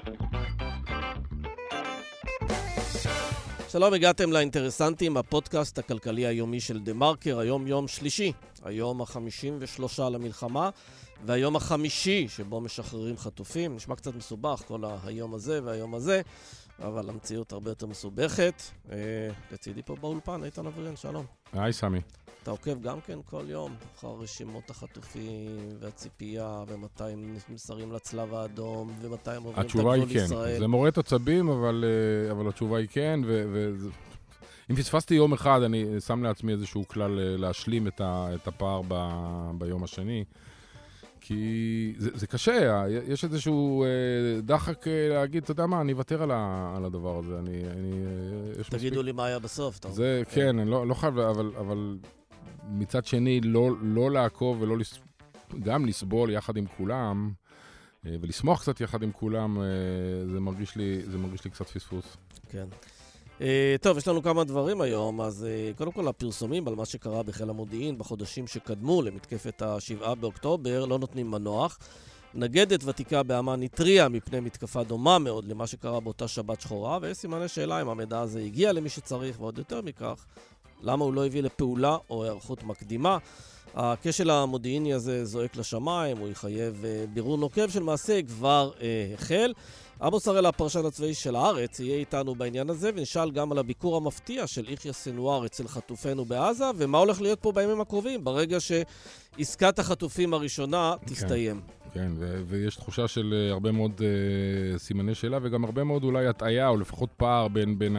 שלום, הגעתם לאינטרסנטים, הפודקאסט הכלכלי היומי של דה מרקר, היום יום שלישי, היום ה-53 למלחמה, והיום החמישי שבו משחררים חטופים. נשמע קצת מסובך כל היום הזה והיום הזה, אבל המציאות הרבה יותר מסובכת. לצידי פה באולפן, איתן אבריאן, שלום. היי סמי. אתה עוקב גם כן כל יום אחר רשימות החטופים והציפייה, ומתי הם מסרים לצלב האדום, ומתי הם עוברים את הגבול ישראל? התשובה היא כן. זה מורד עצבים, אבל התשובה היא כן, אם פספסתי יום אחד, אני שם לעצמי איזשהו כלל להשלים את הפער ביום השני, כי זה קשה, יש איזשהו דחק להגיד, אתה יודע מה, אני אוותר על הדבר הזה. תגידו לי מה היה בסוף. זה כן, אני לא חייב, אבל מצד שני, לא לעקוב ולא גם לסבול יחד עם כולם, ולשמוח קצת יחד עם כולם, זה מרגיש לי קצת פספוס. כן. טוב, יש לנו כמה דברים היום, אז קודם כל הפרסומים על מה שקרה בחיל המודיעין בחודשים שקדמו למתקפת ה-7 באוקטובר לא נותנים מנוח. נגדת ותיקה באמן התריעה מפני מתקפה דומה מאוד למה שקרה באותה שבת שחורה, ויש סימני שאלה אם המידע הזה הגיע למי שצריך, ועוד יותר מכך, למה הוא לא הביא לפעולה או הערכות מקדימה. הכשל המודיעיני הזה זועק לשמיים, הוא יחייב בירור נוקב של מעשה, כבר החל. עמוס הראל, הפרשן הצבאי של הארץ, יהיה איתנו בעניין הזה, ונשאל גם על הביקור המפתיע של יחיא סנוואר אצל חטופינו בעזה, ומה הולך להיות פה בימים הקרובים, ברגע שעסקת החטופים הראשונה תסתיים. כן, ויש תחושה של הרבה מאוד סימני שאלה, וגם הרבה מאוד אולי הטעיה, או לפחות פער בין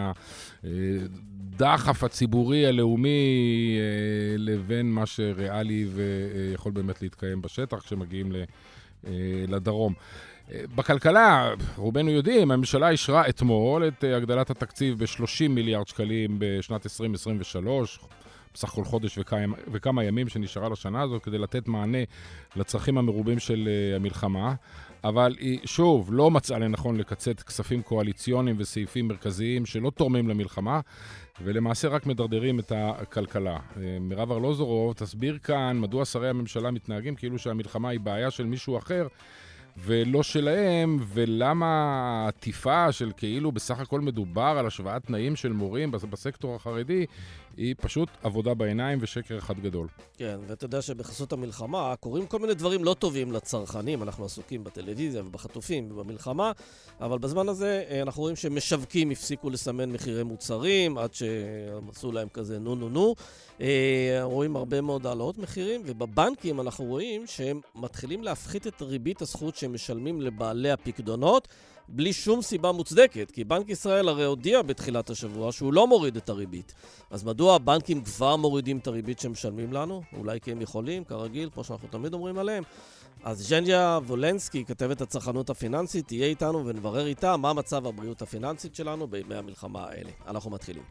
הדחף הציבורי הלאומי לבין מה שריאלי ויכול באמת להתקיים בשטח כשמגיעים לדרום. בכלכלה, רובנו יודעים, הממשלה אישרה אתמול את הגדלת התקציב ב-30 מיליארד שקלים בשנת 2023, בסך הכל חודש וכמה ימים שנשארה לשנה הזו, כדי לתת מענה לצרכים המרובים של המלחמה, אבל היא שוב לא מצאה לנכון לקצץ כספים קואליציוניים וסעיפים מרכזיים שלא תורמים למלחמה, ולמעשה רק מדרדרים את הכלכלה. מירב ארלוזורוב תסביר כאן מדוע שרי הממשלה מתנהגים כאילו שהמלחמה היא בעיה של מישהו אחר, ולא שלהם, ולמה העטיפה של כאילו בסך הכל מדובר על השוואת תנאים של מורים בסקטור החרדי, היא פשוט עבודה בעיניים ושקר אחד גדול. כן, ואתה יודע שבחסות המלחמה קורים כל מיני דברים לא טובים לצרכנים, אנחנו עסוקים בטלוויזיה ובחטופים ובמלחמה, אבל בזמן הזה אנחנו רואים שמשווקים הפסיקו לסמן מחירי מוצרים, עד שעשו להם כזה נו. רואים הרבה מאוד העלאות מחירים, ובבנקים אנחנו רואים שהם מתחילים להפחית את ריבית הזכות שהם משלמים לבעלי הפקדונות, בלי שום סיבה מוצדקת, כי בנק ישראל הרי הודיע בתחילת השבוע שהוא לא מוריד את הריבית. אז מדוע הבנקים כבר מורידים את הריבית שהם משלמים לנו? אולי כי הם יכולים, כרגיל, כמו שאנחנו תמיד אומרים עליהם. אז ז'ניה וולנסקי, כתבת הצרכנות הפיננסית, תהיה איתנו ונברר איתה מה מצב הבריאות הפיננסית שלנו בימי המלחמה האלה. אנחנו מתחילים.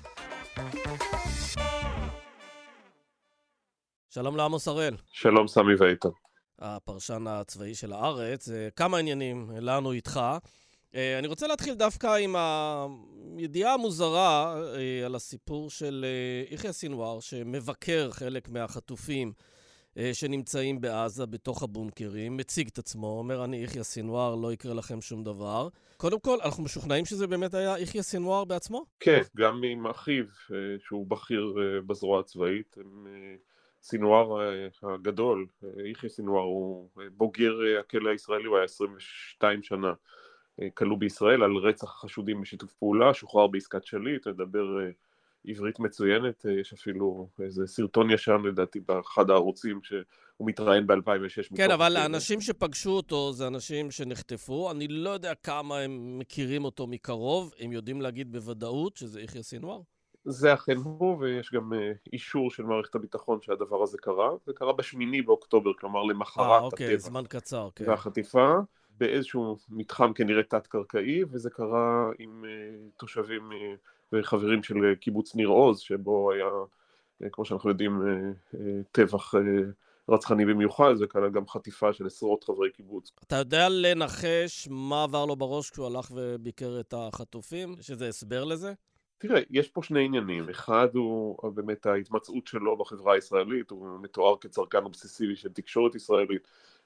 שלום לעמוס הראל. שלום סמי ואיתן. הפרשן הצבאי של הארץ. כמה עניינים לנו איתך. אני רוצה להתחיל דווקא עם הידיעה המוזרה על הסיפור של יחיא סנוואר, שמבקר חלק מהחטופים שנמצאים בעזה בתוך הבונקרים, מציג את עצמו, אומר אני יחיא סנוואר, לא יקרה לכם שום דבר. קודם כל, אנחנו משוכנעים שזה באמת היה יחיא סנוואר בעצמו? כן, גם עם אחיו שהוא בכיר בזרוע הצבאית, סנוואר הגדול, יחיא סנוואר הוא בוגר הכלא הישראלי, הוא היה 22 שנה כלוא בישראל על רצח חשודים בשיתוף פעולה, שוחרר בעסקת שליט, לדבר עברית מצוינת, יש אפילו איזה סרטון ישן לדעתי באחד הערוצים שהוא מתראיין ב-2006. כן, אבל האנשים שפגשו אותו זה אנשים שנחטפו, אני לא יודע כמה הם מכירים אותו מקרוב, הם יודעים להגיד בוודאות שזה יחיא סנוואר? זה אכן הוא, ויש גם אישור של מערכת הביטחון שהדבר הזה קרה. זה קרה ב8 באוקטובר, כלומר למחרת אוקיי, זמן קצר, כן. והחטיפה, באיזשהו מתחם כנראה תת-קרקעי, וזה קרה עם תושבים וחברים של קיבוץ ניר עוז, שבו היה, כמו שאנחנו יודעים, טבח רצחני במיוחד, זה כלל גם חטיפה של עשרות חברי קיבוץ. אתה יודע לנחש מה עבר לו בראש כשהוא הלך וביקר את החטופים? יש איזה הסבר לזה? תראה, יש פה שני עניינים. אחד הוא באמת ההתמצאות שלו בחברה הישראלית, הוא מתואר כצרכן אובססיבי של תקשורת ישראלית,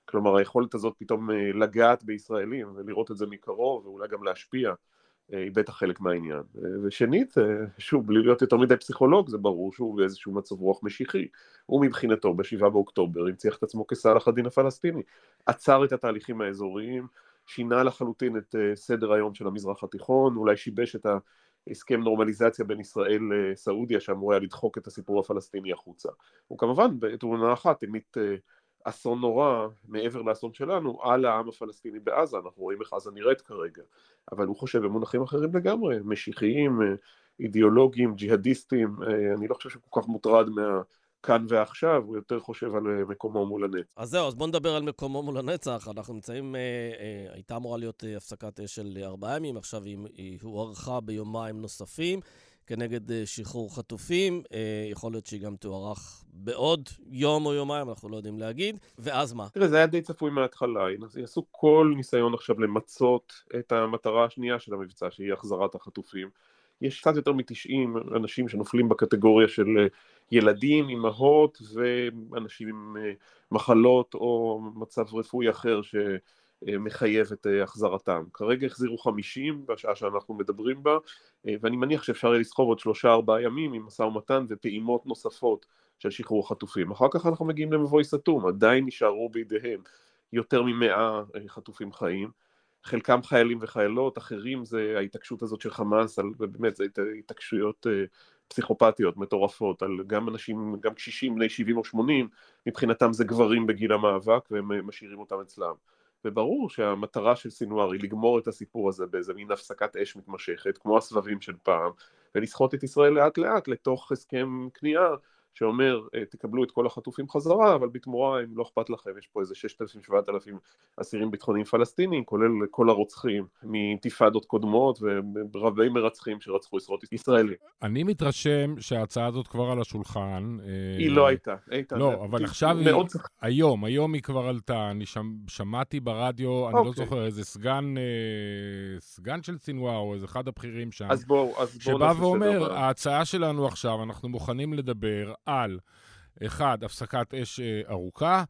כלומר היכולת הזאת פתאום לגעת בישראלים ולראות את זה מקרוב ואולי גם להשפיע, היא בטח חלק מהעניין. ושנית, שוב, בלי להיות יותר מדי פסיכולוג, זה ברור שהוא באיזשהו מצב רוח משיחי. הוא מבחינתו ב7 באוקטובר המציח את עצמו כסלאח הדין הפלסטיני, עצר את התהליכים האזוריים, שינה לחלוטין את סדר היום של המזרח התיכון, אולי שיבש את הסכם נורמליזציה בין ישראל לסעודיה, שאמור היה לדחוק את הסיפור הפלסטיני החוצה. הוא כמובן, בתאונה אחת, המית אסון נורא, מעבר לאסון שלנו, על העם הפלסטיני בעזה. אנחנו רואים איך עזה נראית כרגע, אבל הוא חושב במונחים אחרים לגמרי, משיחיים, אידיאולוגיים, ג'יהדיסטים. אני לא חושב שהוא כל כך מוטרד כאן ועכשיו, הוא יותר חושב על מקומו מול הנצח. אז זהו, אז בואו נדבר על מקומו מול הנצח. אנחנו נמצאים, הייתה אמורה להיות הפסקת אש של 4 ימים, עכשיו היא הוארכה ביומיים נוספים, כנגד שחרור חטופים. יכול להיות שהיא גם תוארך בעוד יום או יומיים, אנחנו לא יודעים להגיד. ואז מה? תראה, זה היה די צפוי מההתחלה. יעשו כל ניסיון עכשיו למצות את המטרה השנייה של המבצע, שהיא החזרת החטופים. יש קצת יותר מ-90 אנשים שנופלים בקטגוריה של ילדים, אמהות ואנשים עם מחלות או מצב רפואי אחר שמחייב את החזרתם. כרגע החזירו 50 בשעה שאנחנו מדברים בה, ואני מניח שאפשר לסחוב עוד 3-4 ימים עם משא ומתן ופעימות נוספות של שחרור החטופים. אחר כך אנחנו מגיעים למבוי סתום, עדיין נשארו בידיהם יותר מ100 חטופים חיים, חלקם חיילים וחיילות, אחרים זה ההתעקשות הזאת של חמאס, ובאמת זה התעקשויות פסיכופתיות, מטורפות, על גם אנשים, גם קשישים בני 70 או 80, מבחינתם זה גברים בגיל המאבק, והם משאירים אותם אצלם. וברור שהמטרה של סינואר היא לגמור את הסיפור הזה באיזה מין הפסקת אש מתמשכת, כמו הסבבים של פעם, ולסחוט את ישראל לאט לאט לתוך הסכם כניעה, שאומר, תקבלו את כל החטופים חזרה, אבל בתמורה, אם לא אכפת לכם, יש פה איזה 6,000-7,000 אסירים ביטחוניים פלסטינים, כולל כל הרוצחים מאינתיפאדות קודמות, ורבי מרצחים שרצחו עשרות ישראלים. אני מתרשם שההצעה הזאת כבר על השולחן. היא לא הייתה. לא, אבל עכשיו היום היא כבר עלתה. אני שמעתי ברדיו, אני לא זוכר, איזה סגן של סינואר, או איזה אחד הבכירים שם, שבא ואומר, ההצעה שלנו עכשיו, אנחנו מוכנים לדבר על 1, הפסקת אש ארוכה,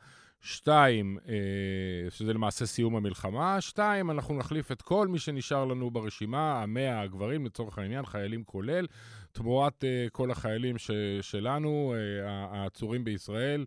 2, שזה למעשה סיום המלחמה, 2, אנחנו נחליף את כל מי שנשאר לנו ברשימה, 100 הגברים, לצורך העניין, חיילים כולל, תמורת כל החיילים שלנו, העצורים בישראל,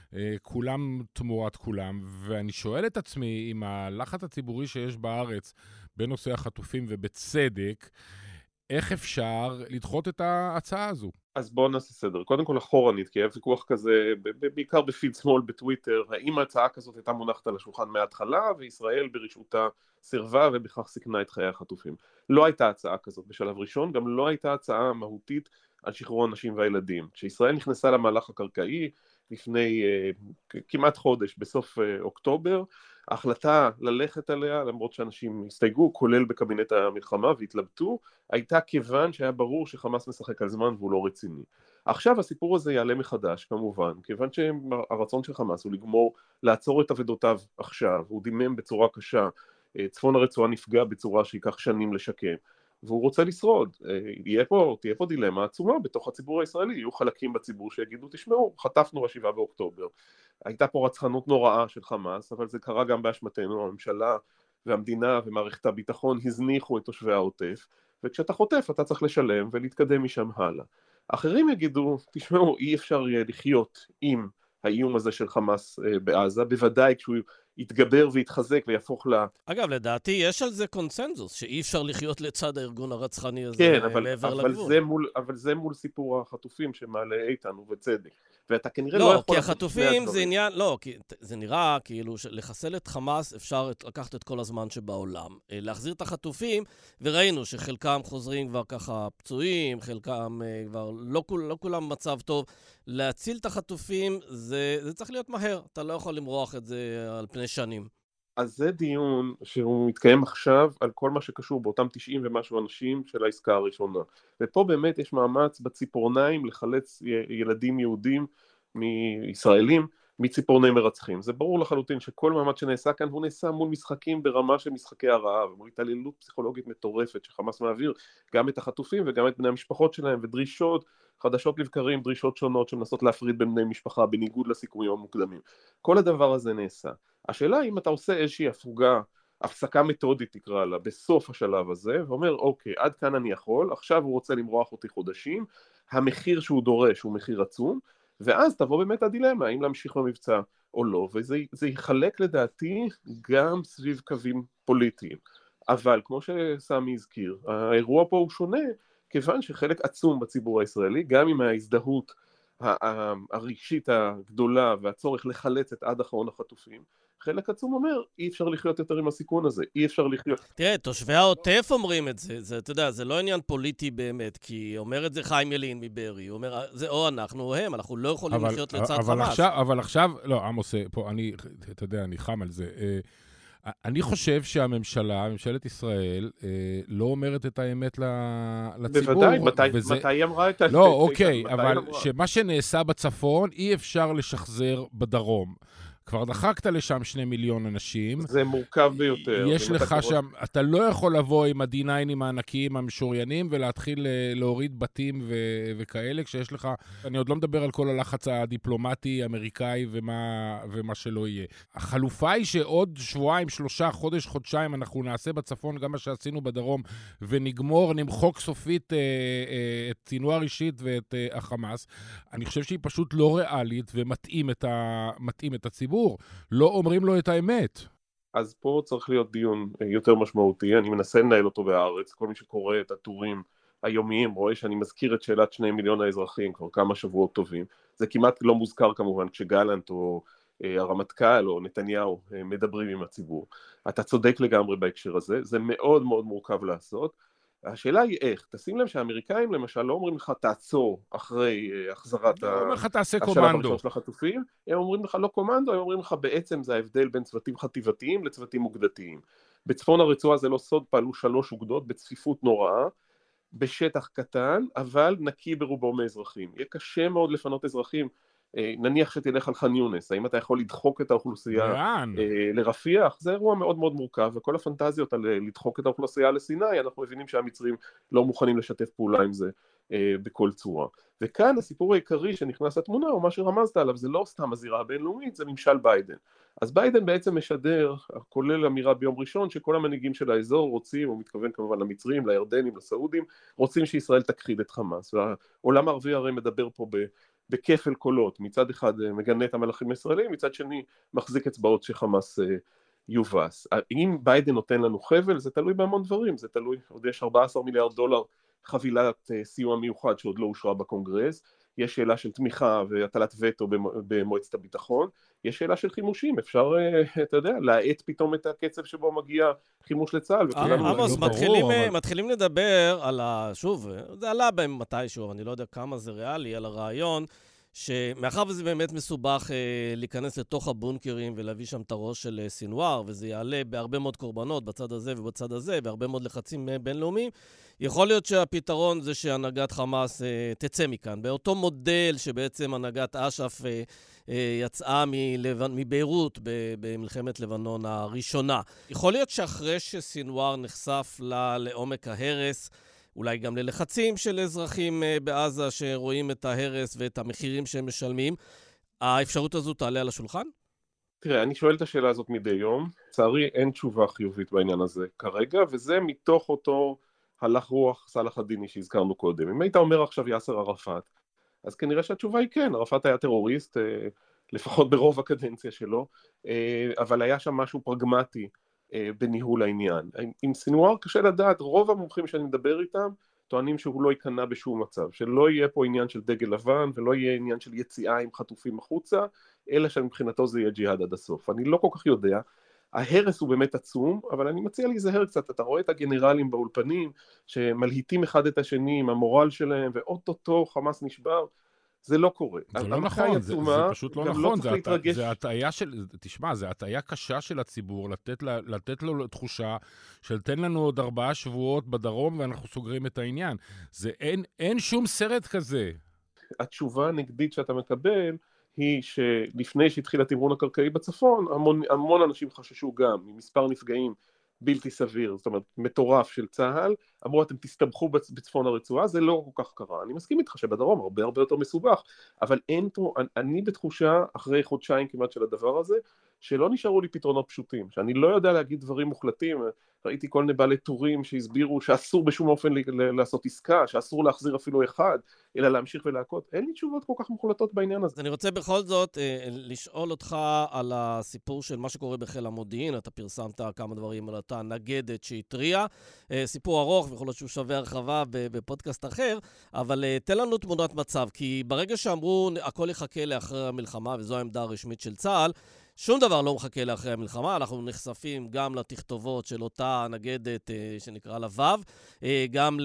כולם תמורת כולם. ואני שואל את עצמי, עם הלחץ הציבורי שיש בארץ בנושא החטופים ובצדק, איך אפשר לדחות את ההצעה הזו? אז בואו נעשה סדר. קודם כל אחורנית, כי היה ויכוח כזה, בעיקר בפיד שמאל בטוויטר, האם ההצעה כזאת הייתה מונחת על השולחן מההתחלה, וישראל ברשעותה סירבה ובכך סיכנה את חיי החטופים. לא הייתה הצעה כזאת בשלב ראשון, גם לא הייתה הצעה מהותית על שחרור הנשים והילדים. כשישראל נכנסה למהלך הקרקעי, לפני כמעט חודש, בסוף אוקטובר, ההחלטה ללכת עליה, למרות שאנשים הסתייגו, כולל בקבינט המלחמה והתלבטו, הייתה כיוון שהיה ברור שחמאס משחק על זמן והוא לא רציני. עכשיו הסיפור הזה יעלה מחדש, כמובן, כיוון שהרצון של חמאס הוא לעצור את עבודותיו עכשיו, הוא דימם בצורה קשה, צפון הרצועה נפגע בצורה שיקח שנים לשקם, והוא רוצה לשרוד. תהיה פה דילמה עצומה בתוך הציבור הישראלי, יהיו חלקים בציבור שיגידו, תשמעו, חטפנו ב7 באוקטובר, הייתה פה רצחנות נוראה של חמאס, אבל זה קרה גם באשמתנו, הממשלה והמדינה ומערכת הביטחון הזניחו את תושבי העוטף, וכשאתה חוטף אתה צריך לשלם ולהתקדם משם הלאה. אחרים יגידו, תשמעו, אי אפשר יהיה לחיות עם האיום הזה של חמאס בעזה, בוודאי כשהוא יתגבר ויתחזק ויהפוך אגב, לדעתי יש על זה קונסנזוס, שאי אפשר לחיות לצד הארגון הרצחני הזה, כן, מעבר לגבול. אבל זה מול סיפור החטופים שמעלה איתן ובצדק. ואתה כנראה לא לא יכול... כי החטופים זה עניין, לא, כי זה נראה כאילו לחסל את חמאס אפשר לקחת את כל הזמן שבעולם. להחזיר את החטופים, וראינו שחלקם חוזרים כבר ככה פצועים, חלקם כבר לא כולם מצב טוב. להציל את החטופים זה צריך להיות מהר, אתה לא יכול למרוח את זה על פני שנים. אז זה דיון שהוא מתקיים עכשיו על כל מה שקשור באותם 90 ומשהו אנשים של העסקה הראשונה. ופה באמת יש מאמץ בציפורניים לחלץ ילדים יהודים מישראלים מציפורני מרצחים. זה ברור לחלוטין שכל מאמץ שנעשה כאן הוא נעשה מול משחקים ברמה של משחקי הרעב, מול התעללות פסיכולוגית מטורפת שחמאס מעביר גם את החטופים וגם את בני המשפחות שלהם, ודרישות חדשות לבקרים, דרישות שונות שמנסות להפריד בין בני משפחה בניגוד לסיכומים המוקדמים. כל הדבר הזה נעשה. השאלה אם אתה עושה איזושהי הפסקה מתודית תקרא לה, בסוף השלב הזה, ואומר אוקיי, עד כאן אני יכול, עכשיו הוא רוצה למרוח אותי חודשים, המחיר שהוא דורש הוא מחיר עצום, ואז תבוא באמת הדילמה, האם להמשיך במבצע או לא, וזה יחלק לדעתי גם סביב קווים פוליטיים. אבל כמו שסמי הזכיר, האירוע פה הוא שונה, כיוון שחלק עצום בציבור הישראלי, גם עם ההזדהות הרגשית הגדולה והצורך לחלץ את עד אחרון החטופים, חלק עצום אומר, אי אפשר לחיות יותר עם הסיכון הזה, אי אפשר לחיות. תראה, תושבי העוטף אומרים את זה, אתה יודע, זה לא עניין פוליטי באמת, כי אומר את זה חיים ילין מבארי, הוא אומר, זה או אנחנו או הם, אנחנו לא יכולים לחיות לצד חמאס. אבל עכשיו, לא, עמוס, פה, אתה יודע, אני חם על זה. אני חושב שהממשלה, ממשלת ישראל, לא אומרת את האמת לציבור. בוודאי, מתי היא אמרה את האמת? לא, אוקיי, אבל שמה שנעשה בצפון, אי אפשר לשחזר בדרום. כבר דחקת לשם 2 מיליון אנשים. זה מורכב ביותר. יש לך שם, אתה לא יכול לבוא עם הדיניינים הענקיים המשוריינים ולהתחיל להוריד בתים וכאלה, כשיש לך, אני עוד לא מדבר על כל הלחץ הדיפלומטי, אמריקאי ומה שלא יהיה. החלופה היא שעוד שבועיים, 3 חודשיים אנחנו נעשה בצפון גם מה שעשינו בדרום, ונגמור, נמחוק סופית את סינואר אישית ואת החמאס. אני חושב שהיא פשוט לא ריאלית ומתאים את הציבור. לא אומרים לו את האמת. אז פה צריך להיות דיון יותר משמעותי, אני מנסה לנהל אותו בארץ, כל מי שקורא את הטורים היומיים רואה שאני מזכיר את שאלת 2 מיליון האזרחים כבר כמה שבועות טובים, זה כמעט לא מוזכר כמובן כשגלנט או הרמטכ"ל או נתניהו מדברים עם הציבור. אתה צודק לגמרי בהקשר הזה, זה מאוד מאוד מורכב לעשות, השאלה היא איך, תשים לב שהאמריקאים למשל לא אומרים לך תעצור אחרי החזרת השלב הראשון של החטופים, הם אומרים לך לא קומנדו, הם אומרים לך בעצם זה ההבדל בין צוותים חטיבתיים לצוותים אוגדתיים. בצפון הרצועה זה לא סוד, פעלו 3 אוגדות בצפיפות נוראה, בשטח קטן, אבל נקי ברובו מאזרחים. יהיה קשה מאוד לפנות אזרחים, נניח שתלך על ח'אן יונס, האם אתה יכול לדחוק את האוכלוסייה לרפיח? זה אירוע מאוד מאוד מורכב, וכל הפנטזיות על לדחוק את האוכלוסייה לסיני, אנחנו מבינים שהמצרים לא מוכנים לשתף פעולה עם זה בכל צורה. וכאן הסיפור העיקרי שנכנס לתמונה, או מה שרמזת עליו, זה לא סתם הזירה הבינלאומית, זה ממשל ביידן. אז ביידן בעצם משדר, כולל אמירה ביום ראשון, שכל המנהיגים של האזור רוצים, הוא מתכוון כמובן למצרים, לירדנים, לסעודים, רוצים שישראל תכחיד את חמאס. והעולם הערבי הרי מדבר פה בכפל קולות, מצד אחד מגנה את המלכים הישראלים, מצד שני מחזיק אצבעות שחמאס יובס. אם ביידן נותן לנו חבל, זה תלוי בהמון דברים, זה תלוי, עוד יש 14 מיליארד דולר חבילת סיוע מיוחד שעוד לא אושרה בקונגרס, יש שאלה של תמיכה והטלת וטו במועצת הביטחון, יש שאלה של חימושים, אפשר, אתה יודע, להאט פתאום את הקצב שבו מגיע חימוש לצה"ל. עמוס, מתחילים לדבר על שוב, זה עלה בהם מתישהו, אני לא יודע כמה זה ריאלי, על הרעיון, שמאחר וזה באמת מסובך להיכנס לתוך הבונקרים ולהביא שם את הראש של סינואר, וזה יעלה בהרבה מאוד קורבנות בצד הזה ובצד הזה, והרבה מאוד לחצים בינלאומיים, יכול להיות שהפתרון זה שהנהגת חמאס תצא מכאן. באותו מודל שבעצם הנהגת אש"ף יצאה מביירות במלחמת לבנון הראשונה. יכול להיות שאחרי שסינואר נחשף לעומק ההרס, אולי גם ללחצים של אזרחים בעזה שרואים את ההרס ואת המחירים שהם משלמים, האפשרות הזו תעלה על השולחן? תראה, אני שואל את השאלה הזאת מדי יום, לצערי אין תשובה חיובית בעניין הזה כרגע, וזה מתוך אותו הלך רוח סלאח א-דיני שהזכרנו קודם. אם היית אומר עכשיו יאסר ערפאת, אז כנראה שהתשובה היא כן, ערפאת היה טרוריסט, לפחות ברוב הקדנציה שלו, אבל היה שם משהו פרגמטי בניהול העניין. עם סינואר קשה לדעת, רוב המומחים שאני מדבר איתם, טוענים שהוא לא ייכנע בשום מצב, שלא יהיה פה עניין של דגל לבן, ולא יהיה עניין של יציאה עם חטופים החוצה, אלא שמבחינתו זה יהיה ג'יהאד עד הסוף. אני לא כל כך יודע, ההרס הוא באמת עצום, אבל אני מציע להיזהר קצת, אתה רואה את הגנרלים באולפנים, שמלהיטים אחד את השני עם המורל שלהם, ואוטוטו חמאס נשבר, זה לא קורה. זה לא נכון, זה פשוט לא נכון, זה הטעיה של, תשמע, זה הטעיה קשה של הציבור, לתת לו תחושה של תן לנו עוד 4 שבועות בדרום ואנחנו סוגרים את העניין. זה אין שום סרט כזה. התשובה הנגדית שאתה מקבל היא שלפני שהתחיל התמרון הקרקעי בצפון, המון אנשים חששו גם ממספר נפגעים בלתי סביר, זאת אומרת, מטורף של צה"ל, אמרו, אתם תסתבכו בצפון הרצועה, זה לא כל כך קרה. אני מסכים איתך שבדרום הרבה הרבה יותר מסובך, אבל אני בתחושה, אחרי חודשיים כמעט של הדבר הזה, שלא נשארו לי פתרונות פשוטים, שאני לא יודע להגיד דברים מוחלטים. ראיתי כל מיני בעלי טורים שהסבירו שאסור בשום אופן לעשות עסקה, שאסור להחזיר אפילו אחד, אלא להמשיך ולהכות. אין לי תשובות כל כך מוחלטות בעניין הזה. אני רוצה בכל זאת לשאול אותך על הסיפור של מה שקורה בחיל המודיעין. אתה פרסמת כמה דברים על אותה נגדת שהטריעה. סיפור ארוך, ויכול להיות שהוא שווה הרחבה בפודקאסט אחר, אבל תן לנו תמונת מצב, כי ברגע שאמרו הכל יחכה לאחרי המלחמה, וזו העמדה הרשמית של צה"ל, שום דבר לא מחכה לאחרי המלחמה, אנחנו נחשפים גם לתכתובות של אותה נגדת שנקרא לה וו, גם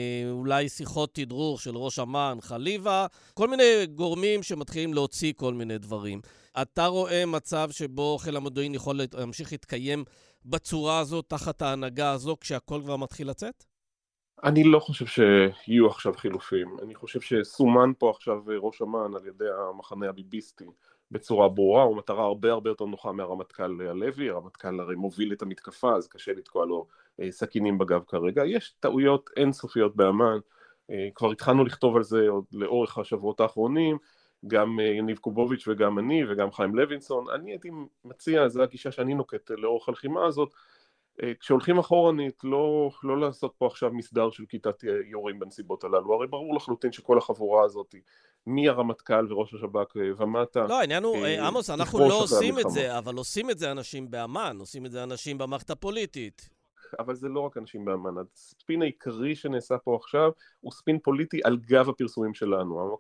לאולי שיחות תדרור של ראש אמ"ן, חליבה, כל מיני גורמים שמתחילים להוציא כל מיני דברים. אתה רואה מצב שבו חיל המודיעין יכול להמשיך להתקיים בצורה הזו, תחת ההנהגה הזו, כשהכל כבר מתחיל לצאת? אני לא חושב שיהיו עכשיו חילופים. אני חושב שסומן פה עכשיו ראש אמ"ן על ידי המחנה הביביסטי בצורה ברורה, הוא מטרה הרבה הרבה יותר נוחה מהרמטכ"ל הלוי. הרמטכ"ל הרי מוביל את המתקפה, אז קשה לתקוע לו סכינים בגב כרגע. יש טעויות אינסופיות באמ"ן, כבר התחלנו לכתוב על זה עוד לאורך השבועות האחרונים, גם יניב קובוביץ' וגם אני וגם חיים לוינסון. אני הייתי מציע, זו הגישה שאני נוקט לאורך הלחימה הזאת, כשהולכים אחורנית, לא לעשות פה עכשיו מסדר של כיתת יורים בנסיבות הללו. הרי ברור לחלוטין שכל החבורה הזאת, מהרמטכ"ל וראש השב"כ ומטה, לא, העניין הוא, עמוס, אנחנו לא עושים את זה, אבל עושים את זה אנשים באמ"ן, עושים את זה אנשים במערכת הפוליטית. אבל זה לא רק אנשים באמ"ן. הספין העיקרי שנעשה פה עכשיו, הוא ספין פוליטי על גב הפרסומים שלנו.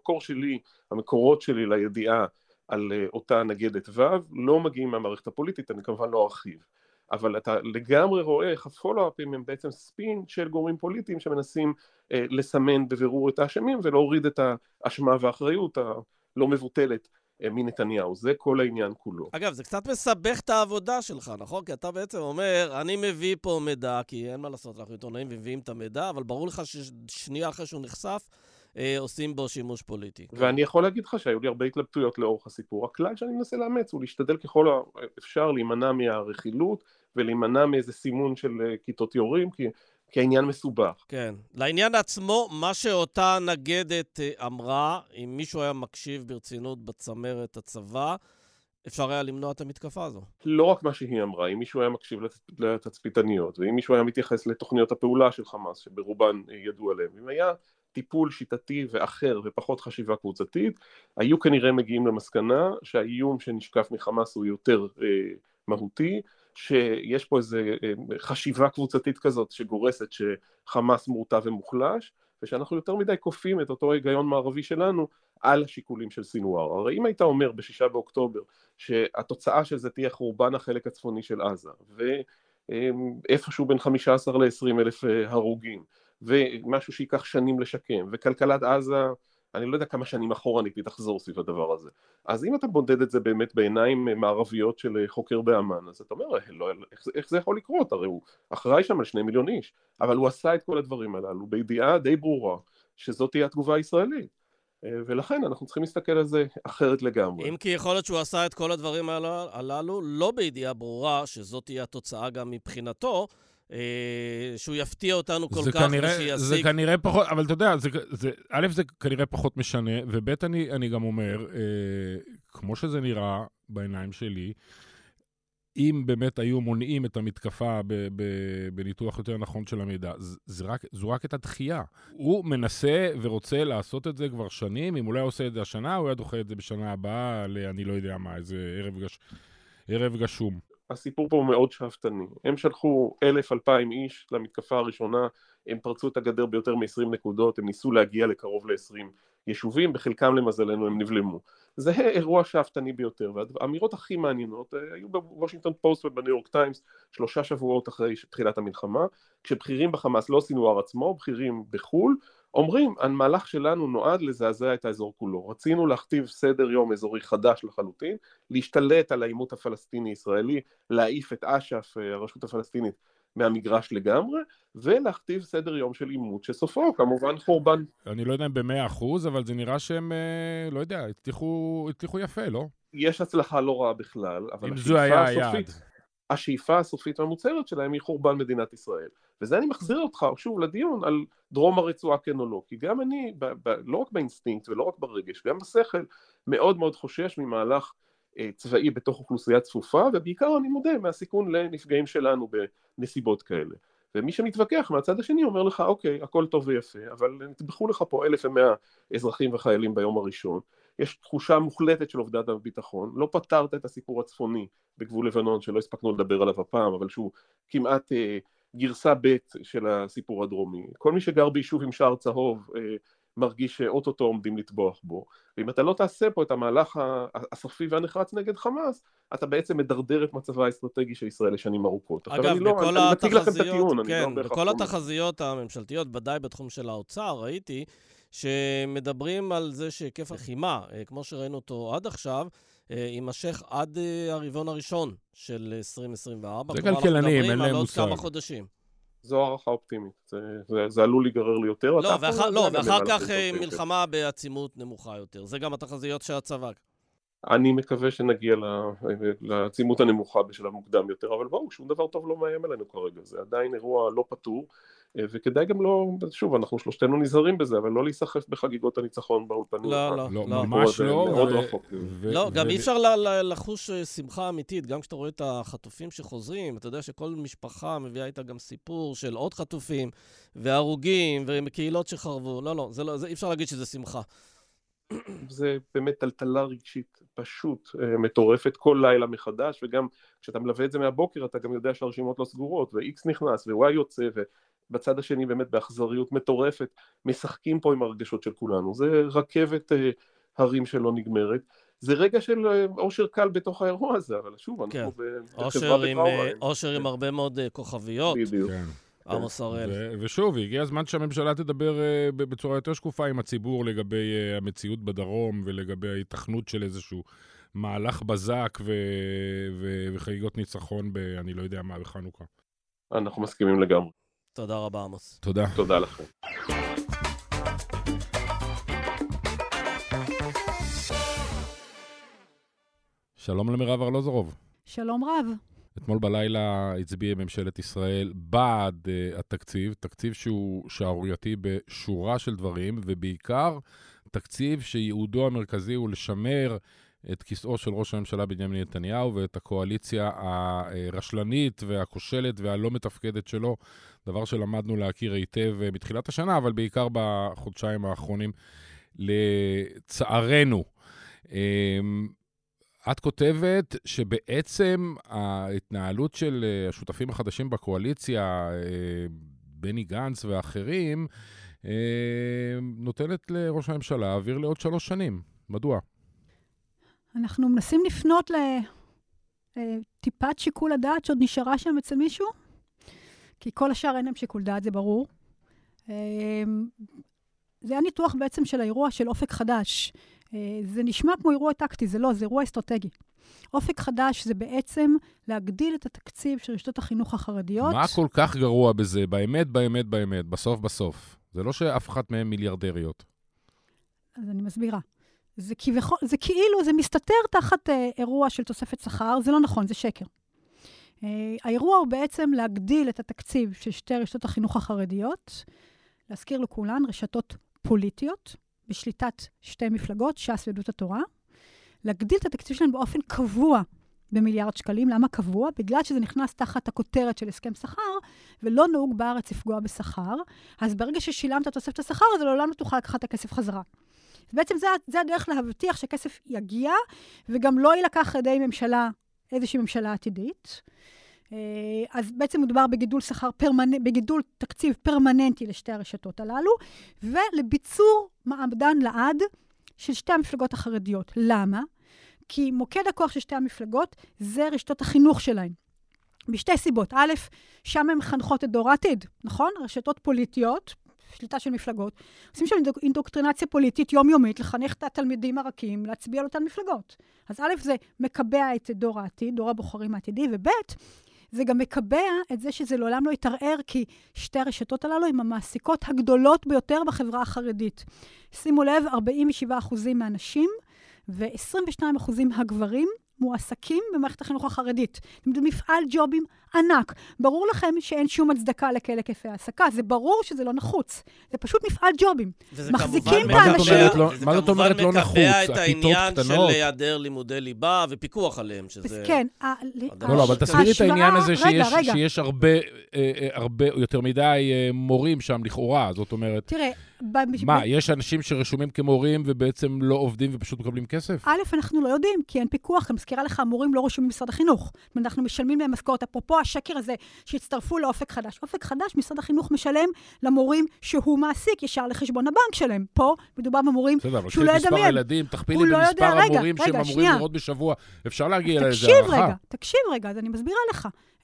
המקורות שלי לידיעה על אותה נגדת וו, לא מגיעים מהמערכת הפוליטית, אני כמובן לא ארחיב. אבל אתה לגמרי רואה איך הפולו-אפים הם בעצם ספין של גורמים פוליטיים שמנסים לסמן בבירור את האשמים ולהוריד את האשמה והאחריות הלא מבוטלת מנתניהו. זה כל העניין כולו. אגב, זה קצת מסבך את העבודה שלך, נכון? כי אתה בעצם אומר, אני מביא פה מידע, כי אין מה לעשות, אנחנו עיתונאים ומביאים את המידע, אבל ברור לך ששנייה אחרי שהוא נחשף, עושים בו שימוש פוליטי. ואני יכול להגיד לך שהיו לי הרבה התלבטויות לאורך הסיפור. הכלל שאני מנסה לאמץ הוא להשתדל ככל האפשר להימנע מהרכילות ולהימנע מאיזה סימון של כיתות יורים, כי העניין מסובך. כן. לעניין עצמו, מה שאותה נגדת אמרה, אם מישהו היה מקשיב ברצינות בצמרת הצבא, אפשר היה למנוע את המתקפה הזו. לא רק מה שהיא אמרה, אם מישהו היה מקשיב לתצפיתניות, ואם מישהו היה מתייחס לתוכניות הפעולה של חמאס, שברובן ידעו עליהם, אם היה טיפול שיטתי ואחר ופחות חשיבה קבוצתית, היו כנראה מגיעים למסקנה שהאיום שנשקף מחמאס הוא יותר מהותי, שיש פה איזו חשיבה קבוצתית כזאת שגורסת שחמאס מורתע ומוחלש, ושאנחנו יותר מדי קופים את אותו היגיון מערבי שלנו על השיקולים של סינואר. הרי אם היית אומר ב6 באוקטובר שהתוצאה של זה תהיה חורבן החלק הצפוני של עזה, ואיפשהו בין 15 ל-20 אלף הרוגים, ומשהו שיקח שנים לשקם, וכלכלת עזה, אני לא יודע כמה שנים אחורנית היא תחזור סביב הדבר הזה. אז אם אתה בודד את זה באמת בעיניים מערביות של חוקר באמ"ן, אז אתה אומר, איך זה יכול לקרות? הרי הוא אחראי שם על 2 מיליון איש, אבל הוא עשה את כל הדברים הללו בידיעה די ברורה שזאת תהיה התגובה הישראלית. ולכן אנחנו צריכים להסתכל על זה אחרת לגמרי. אם כי יכול להיות שהוא עשה את כל הדברים הללו, לא בידיעה ברורה שזאת תהיה התוצאה גם מבחינתו, שהוא יפתיע אותנו כל כך ושיסיק. זה כנראה פחות, אבל אתה יודע, א', זה כנראה פחות משנה, וב', אני גם אומר, כמו שזה נראה בעיניים שלי, אם באמת היו מונעים את המתקפה בניתוח יותר נכון של המידע, זו רק את הדחייה. הוא מנסה ורוצה לעשות את זה כבר שנים, אם הוא לא עושה את זה השנה, הוא היה דוחה את זה בשנה הבאה, אני לא יודע מה, איזה ערב גשום. הסיפור פה הוא מאוד שאפתני. הם שלחו 1,000-2,000 איש למתקפה הראשונה, הם פרצו את הגדר ביותר מ-20 נקודות, הם ניסו להגיע לקרוב ל-20 יישובים, בחלקם למזלנו הם נבלמו. זה אירוע שאפתני ביותר, והאמירות הכי מעניינות היו בוושינגטון פוסט ובניו יורק טיימס 3 שבועות אחרי תחילת המלחמה, כשבכירים בחמאס, לא סינואר עצמו, בכירים בחול, אומרים, המהלך שלנו נועד לזעזע את האזור כולו. רצינו להכתיב סדר יום אזורי חדש לחלוטין, להשתלט על העימות הפלסטיני-ישראלי, להעיף את אש"ף, הרשות הפלסטינית, מהמגרש לגמרי, ולהכתיב סדר יום של עימות שסופו, כמובן חורבן. אני לא יודע אם ב100%, אבל זה נראה שהם, לא יודע, הצליחו יפה, לא? יש הצלחה לא רעה בכלל, אבל אם זו היה היעד. השאיפה הסופית והמוצהרת שלהם היא חורבן מדינת ישראל. וזה אני מחזיר אותך שוב לדיון על דרום הרצועה כן או לא, כי גם אני, לא רק באינסטינקט ולא רק ברגש, גם בשכל, מאוד מאוד חושש ממהלך צבאי בתוך אוכלוסייה צפופה, ובעיקר אני מודה מהסיכון לנפגעים שלנו בנסיבות כאלה. ומי שמתווכח מהצד השני אומר לך, אוקיי, הכל טוב ויפה, אבל נטבחו לך פה 1,100 אזרחים וחיילים ביום הראשון, יש תחושה מוחלטת של אובדן הביטחון, לא פתרת את הסיפור הצפוני בגבול לבנון, שלא הספקנו לדבר עליו הפעם, אבל שהוא כמעט גרסה ב' של הסיפור הדרומי. כל מי שגר ביישוב עם שער צהוב מרגיש שאוטוטו עומדים לטבוח בו, ואם אתה לא תעשה פה את המהלך הסופי והנחרץ נגד חמאס, אתה בעצם מדרדר את מצבה האסטרטגי של ישראל לשנים ארוכות. אגב, בכל התחזיות הממשלתיות, ודאי בתחום של האוצר, ראיתי שמדברים על זה שהיקף הלחימה, כמו שראינו אותו עד עכשיו, יימשך עד הרבעון הראשון של 2024. זה כלכלנים, אין להם מושג. כמה חודשים. זו הערכה אופטימית, זה עלול להיגרר לי יותר. ואחר כך מלחמה בעצימות נמוכה יותר. זה גם התחזיות של הצבא. אני מקווה שנגיע לעצימות הנמוכה בשלב מוקדם יותר, אבל בואו, שום דבר טוב לא מאיים עלינו כרגע. זה עדיין אירוע לא פתור, וכדאי גם לא, שוב, אנחנו שלושתנו נזהרים בזה, אבל לא להיסחף בחגיגות הניצחון באולפנים. לא, ממש לא. לא, גם אי אפשר לחוש שמחה אמיתית, גם כשאתה רואה את החטופים שחוזרים, אתה יודע שכל משפחה מביאה איתה גם סיפור של עוד חטופים, והרוגים, וקהילות שחרבו. לא, אי אפשר להגיד שזה שמחה. זה באמת טלטלה רגשית פשוט מטורפת כל לילה מחדש, וגם כשאתה מלווה את זה מהבוקר אתה גם יודע שהרשימות לא סגורות, ו-X נכנס ו-Y יוצא, ובצד השני באמת באכזריות מטורפת משחקים פה עם הרגשות של כולנו. זה רכבת הרים שלא נגמרת, זה רגע של אושר קל בתוך האירוע הזה, אבל שוב, אנחנו בחברה בטראומה. אושר עם הרבה מאוד כוכביות. בדיוק. עמוס הראל. ושוב, הגיע הזמן שהממשלה תדבר בצורה יותר שקופה עם הציבור לגבי המציאות בדרום ולגבי ההיתכנות של איזשהו מהלך בזק וחגיגות ניצחון אני לא יודע מה בחנוכה. אנחנו מסכימים לגמרי. תודה רבה, עמוס. תודה. תודה לכם. שלום למירב ארלוזורוב. שלום רב. אתמול בלילה הצביעה ממשלת ישראל בעד התקציב, תקציב שהוא שערורייתי בשורה של דברים, ובעיקר תקציב שייעודו המרכזי הוא לשמר את כיסאו של ראש הממשלה בנימין נתניהו ואת הקואליציה הרשלנית והכושלת והלא מתפקדת שלו, דבר שלמדנו להכיר היטב מתחילת השנה, אבל בעיקר בחודשיים האחרונים לצערנו. את כותבת שבעצם ההתנהלות של השותפים החדשים בקואליציה, בני גנץ ואחרים, נותנת לראש הממשלה אוויר לעוד 3 שנים. מדוע? אנחנו מנסים לפנות לטיפת שיקול הדעת שעוד נשארה שם אצל מישהו, כי כל השאר אין להם שיקול דעת, זה ברור. זה הניתוח בעצם של האירוע של אופק חדש. זה נשמע כמו אירוע טקטי, זה לא, זה אירוע אסטרטגי. אופק חדש זה בעצם להגדיל את התקציב של רשתות החינוך החרדיות. מה כל כך גרוע בזה? באמת, בסוף. זה לא שאף אחת מהם מיליארדריות. אז אני מסבירה. זה כאילו, זה מסתתר תחת אירוע של תוספת שכר, זה לא נכון, זה שקר. האירוע הוא בעצם להגדיל את התקציב של 2 רשתות החינוך החרדיות, להזכיר לכולן רשתות פוליטיות, בשליטת 2 מפלגות, ש"ס ויהדות התורה, להגדיל את התקציב שלהם באופן קבוע במיליארד שקלים. למה קבוע? בגלל שזה נכנס תחת הכותרת של הסכם שכר, ולא נהוג בארץ לפגוע בשכר, אז ברגע ששילמת את תוספת השכר, אז לעולם לא תוכל לקחת את הכסף חזרה. בעצם זה הדרך להבטיח שהכסף יגיע, וגם לא ילקח על ידי איזושהי ממשלה עתידית. אז בעצם מדובר בגידול תקציב פרמננטי לשתי הרשתות הללו, ולביצור מעמדן לעד של 2 המפלגות החרדיות. למה? כי מוקד הכוח של 2 המפלגות זה רשתות החינוך שלהן. בשתי סיבות. א', שם הן מחנכות את דור העתיד, נכון? רשתות פוליטיות, שליטה של מפלגות, עושים שם אינדוקטרינציה פוליטית יומיומית, לחנך את התלמידים הרכים, להצביע על אותן מפלגות. אז א', זה מקבע את דור העתיד, דור הבוחרים העתידי, וב', זה גם מקבע את זה שזה לעולם לא יתערער, כי 2 הרשתות הללו הן המעסיקות הגדולות ביותר בחברה החרדית. שימו לב, 47% מהנשים ו22% הגברים מועסקים במערכת החינוך החרדית. זה מפעל ג'ובים ענק. ברור לכם שאין שום הצדקה לכאלה היקפי העסקה. זה ברור שזה לא נחוץ. זה פשוט מפעל ג'ובים. מחזיקים את האנשים. מה זאת אומרת לא נחוץ? מקבע את העניין של היעדר לימודי ליבה ופיקוח עליהם, שזה... כן. לא, אבל תסביר את העניין הזה שיש הרבה יותר מדי מורים שם לכאורה. זאת אומרת... תראה, מה, יש אנשים שרשומים כמורים ובעצם לא עובדים ופשוט מקבלים כסף? א', אנחנו לא יודעים, כי אין פיקוח. אני מזכירה לך, המורים לא רשומים במשרד החינוך. אנחנו משלמים להם משכורת. אפרופו השקר הזה שהצטרפו לאופק חדש. אופק חדש, משרד החינוך משלם למורים שהוא מעסיק ישר לחשבון הבנק שלהם. פה מדובר במורים שהוא לא ידמיין. מספר ילדים, תכפילי במספר המורים שהם אמורים לראות בשבוע. אפשר להגיע לאיזה הערכה. תקשיב רגע, אז אני מסבירה לך.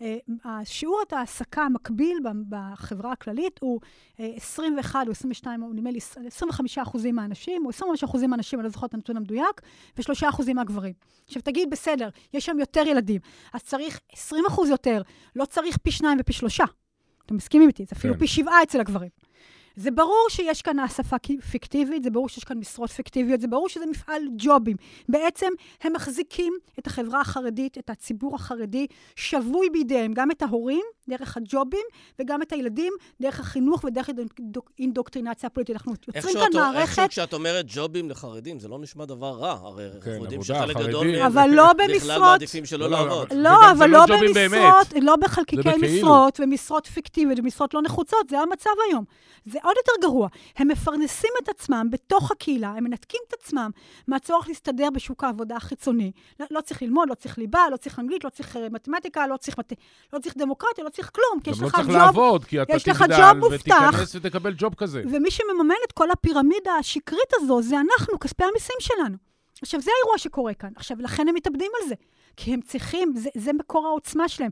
השיעור העסקה המקביל בחברה הכללית הוא 21 או 22, נדמה לי 25% מהאנשים, או 25% מהאנשים, אני לא זוכרת את הנתון המדויק, ו3% מהגברים. עכשיו תגיד, בסדר, יש שם יותר ילדים, אז צריך 20% יותר, לא צריך פי 2 ופי 3. אתם מסכימים איתי? זה אפילו פי 7 אצל הגברים. זה ברור שיש כאן העספה פיקטיבית, זה ברור שיש כאן משרות פיקטיביות, זה ברור שזה מפעל ג'ובים. בעצם הם מחזיקים את החברה החרדית, את הציבור החרדי, שבוי בידיהם, גם את ההורים דרך הג'ובים, וגם את הילדים דרך החינוך ודרך אינדוקטרינציה פוליטית. אנחנו יוצרים כאן מערכת... איכשהו כשאת אומרת ג'ובים לחרדים, זה לא נשמע דבר רע. הרי אנחנו יודעים שחלק גדול מהם אבל לא במשרות... בכלל מעדיפים שלא לעבוד. לא, אבל לא במשרות, לא בחלקיקי משרות ומשרות פיקטיביות ומשרות לא נחוצות, זה המצב היום. זה עוד יותר גרוע. הם מפרנסים את עצמם בתוך הקהילה, הם מנתקים את עצמם מהצורך להסתדר בשוק העבודה החיצוני. לא צריך ללמוד, לא צריך ליבה, לא צריך אנגלית, לא צריך מתמטיקה, לא צריך דמוקרטיה, לא צריך כלום, כי יש לך ג'וב. גם לא צריך לעבוד, כי אתה תגדל ותיכנס ותקבל ג'וב כזה. ומי שמממן את כל הפירמידה השקרית הזו, זה אנחנו, כספי המיסים שלנו. עכשיו, זה האירוע שקורה כאן. עכשיו, לכן הם מתאבדים על זה. כי הם צריכים, זה מקור העוצמה שלהם.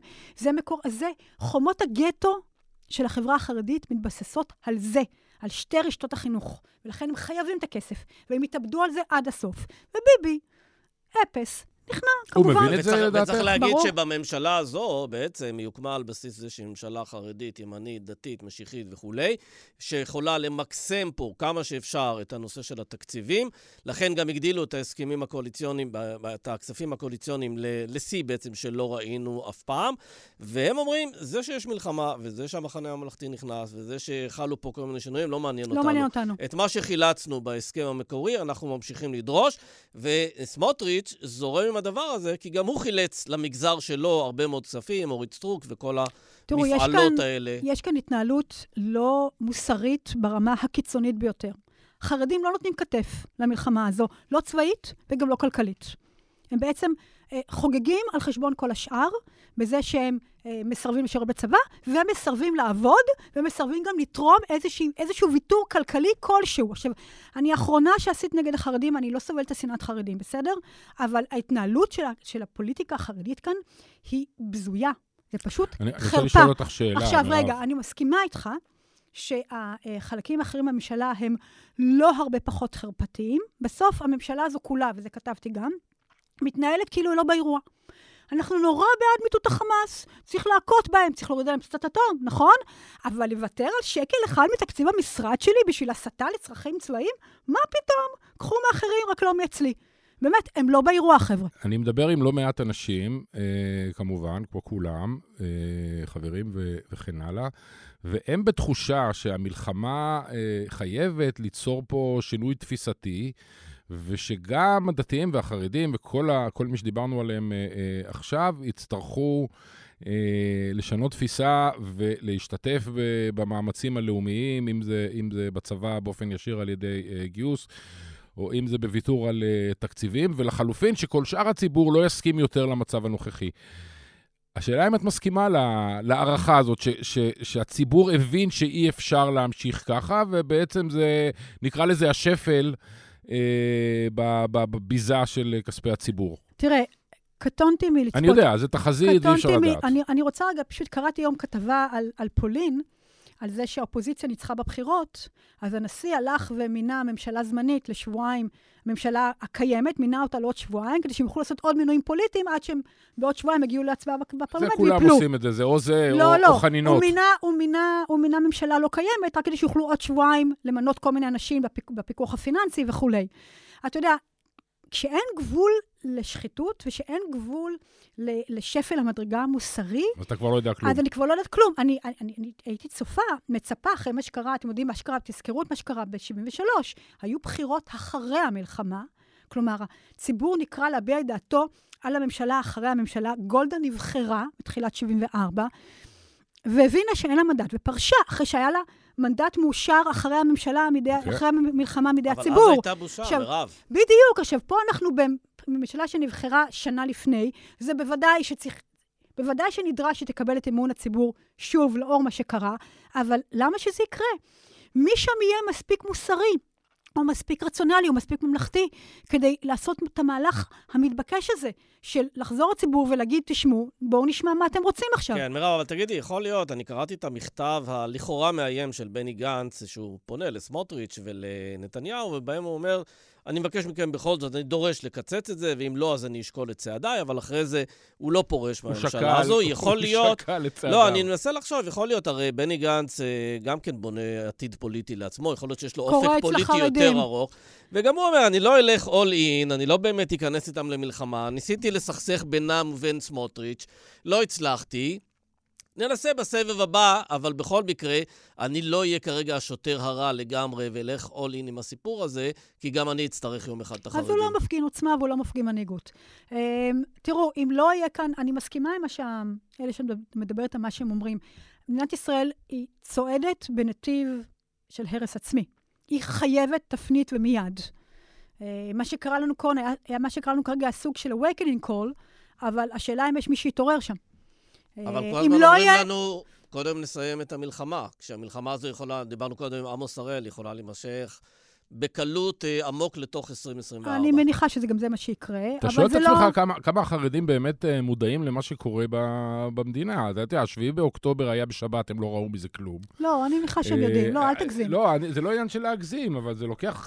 זה חומות הגטו של החברה החרדית מתבססות על זה, על שתי רשתות החינוך. ולכן הם חייבים את הכסף, והם יתאבדו על זה עד הסוף. וביבי, אפס, נכנע, כמובן. הוא מבין את זה לדעתך? וצריך להגיד שבממשלה הזו, בעצם היא הוקמה על בסיס זה שהיא ממשלה חרדית, ימנית, דתית, משיחית וכו', שיכולה למקסם פה כמה שאפשר את הנושא של התקציבים, לכן גם הגדילו את ההסכמים הקואליציוניים, את הכספים הקואליציוניים לשיא בעצם שלא ראינו אף פעם, והם אומרים, זה שיש מלחמה, וזה שהמחנה הממלכתי נכנס, וזה שחלו פה כל מיני שינויים, לא מעניין אותנו. לא מעניין אותנו. את מה שחילצנו בהסכם המקורי, אנחנו ממשיכים לדרוש, וסמוטריץ' זורם עם הדבר הזה, כי גם הוא חילץ למגזר שלו הרבה מאוד כספים, אורית סטרוק וכל המפעלות האלה. יש כאן התנהלות לא מוסרית ברמה הקיצונית ביותר. חרדים לא נותנים כתף למלחמה הזו, לא צבאית וגם לא כלכלית. הם בעצם חוגגים על חשבון כל השאר, בזה שהם מסרבים לשרת בצבא, ומסרבים לעבוד, ומסרבים גם לתרום איזשהו ויתור כלכלי כלשהו. עכשיו, אני האחרונה שעשית נגד החרדים, אני לא סובלת את שנאת חרדים, בסדר? אבל ההתנהלות של הפוליטיקה החרדית כאן היא בזויה. זה פשוט חרפה. אני רוצה לשאול אותך שאלה. עכשיו, רגע, אני מסכימה איתך שהחלקים האחרים בממשלה הם לא הרבה פחות חרפתיים. בסוף הממשלה הזו כולה, וזה כתבתי גם, מתנהלת כאילו היא לא באירוע. אנחנו נורא בעד מיטוט החמאס, צריך להכות בהם, צריך להוריד להם פצצת אטום, נכון? אבל לוותר על שקל אחד מתקציב המשרד שלי בשביל הסתה לצרכים צבאיים? מה פתאום? קחו מאחרים, רק לא מאצלי. באמת, הם לא באירוע, חבר'ה. אני מדבר עם לא מעט אנשים, כמובן, כמו כולם, חברים וכן הלאה, והם בתחושה שהמלחמה חייבת ליצור פה שינוי תפיסתי, ושגם הדתיים והחרדים וכל מי שדיברנו עליהם עכשיו יצטרכו לשנות תפיסה ולהשתתף במאמצים הלאומיים, אם זה בצבא באופן ישיר על ידי גיוס, או אם זה בוויתור על תקציבים, ולחלופין שכל שאר הציבור לא יסכים יותר למצב הנוכחי. השאלה אם את מסכימה להערכה הזאת, שהציבור הבין שאי אפשר להמשיך ככה, ובעצם זה, נקרא לזה השפל, בביזה של כספי הציבור. תראה, קטונתי מלצפות. אני יודע, זה תחזית, אי אפשר לדעת. אני רוצה רגע, פשוט קראתי היום כתבה על פולין, על זה שהאופוזיציה ניצחה בבחירות, אז הנשיא הלך ומינה ממשלה זמנית לשבועיים, הממשלה הקיימת מינה אותה לעוד שבועיים, כדי שהם יוכלו לעשות עוד מינויים פוליטיים, עד שהם בעוד שבועיים הגיעו להצבעה בפרלמנט ויפלו. זה כולם עושים את זה, זה או זה או חנינות. הוא מינה ממשלה לא קיימת, רק כדי שיוכלו עוד שבועיים למנות כל מיני אנשים בפיקוח הפיננסי וכו'. אתה יודע, כשאין גבול לשחיתות, ושאין גבול לשפל המדרגה המוסרי, אז אתה כבר לא יודע כלום. אז אני כבר לא יודעת כלום. אני הייתי מצפה אחרי מה שקרה, אתם יודעים מה שקרה, תזכרו את מה שקרה ב-73, היו בחירות אחרי המלחמה, כלומר, הציבור נקרא להביע את דעתו על הממשלה אחרי הממשלה, גולדה נבחרה בתחילת 74, והבינה שאין לה מנדט, ופרשה אחרי שהיה לה מנדט מאושר אחרי הממשלה, אחרי המלחמה מידי הציבור. אבל אז הייתה בושה, מירב. בדיוק, עכשיו, פה אנחנו בממשלה שנבחרה שנה לפני, זה בוודאי שנדרש שתקבל את אמון הציבור שוב לאור מה שקרה, אבל למה שזה יקרה? מי שם יהיה מספיק מוסרי, או מספיק רציונלי, או מספיק ממלכתי, כדי לעשות את המהלך המתבקש הזה, של לחזור לציבור ולהגיד, תשמעו, בואו נשמע מה אתם רוצים עכשיו. כן, מירב, אבל תגידי, יכול להיות, אני קראתי את המכתב הלכאורה מאיים של בני גנץ, שהוא פונה לסמוטריץ' ולנתניהו, ובהם הוא אומר, אני מבקש מכם בכל זאת, אני דורש לקצץ את זה, ואם לא, אז אני אשקול את צעדיי, אבל אחרי זה הוא לא פורש מהממשלה הזו. יכול להיות... הוא שקל את צעדיו. לא, אני מנסה לחשוב, יכול להיות, הרי בני גנץ גם כן בונה עתיד פוליטי לעצמו, יכול להיות שיש לו אופק פוליטי יותר ארוך, וגם הוא אומר, אני לא אלך all in, אני לא באמת אכנס איתם למלחמה, ניסיתי לסכסך בינם ובין סמוטריץ', לא הצלחתי, ננסה בסבב הבא, אבל בכל מקרה, אני לא אהיה כרגע השוטר הרע לגמרי, ואלך all in עם הסיפור הזה, כי גם אני אצטרך יום אחד את החרדים. אז הוא לא מפגין עוצמה, והוא לא מפגין מנהיגות. תראו, אם לא יהיה כאן, אני מסכימה עם אלה שמדברת על מה שהם אומרים. מדינת ישראל היא צועדת בנתיב של הרס עצמי. היא חייבת תפנית ומיד. מה שקרה לנו כרגע הסוג של awakening call, אבל השאלה אם יש מי שיתעורר שם. אבל כל הזמן אומרים לנו, קודם נסיים את המלחמה. כשהמלחמה הזו יכולה, דיברנו קודם עם עמוס הראל, יכולה להימשך בקלות עמוק לתוך 2024. אני מניחה שזה גם זה מה שיקרה. אתה שואל את עצמך כמה החרדים באמת מודעים למה שקורה במדינה. אתה יודע, 7 באוקטובר היה בשבת, הם לא ראו מזה כלום. לא, אני מניחה שהם יודעים. לא, אל תגזים. לא, זה לא עניין של להגזים, אבל זה לוקח...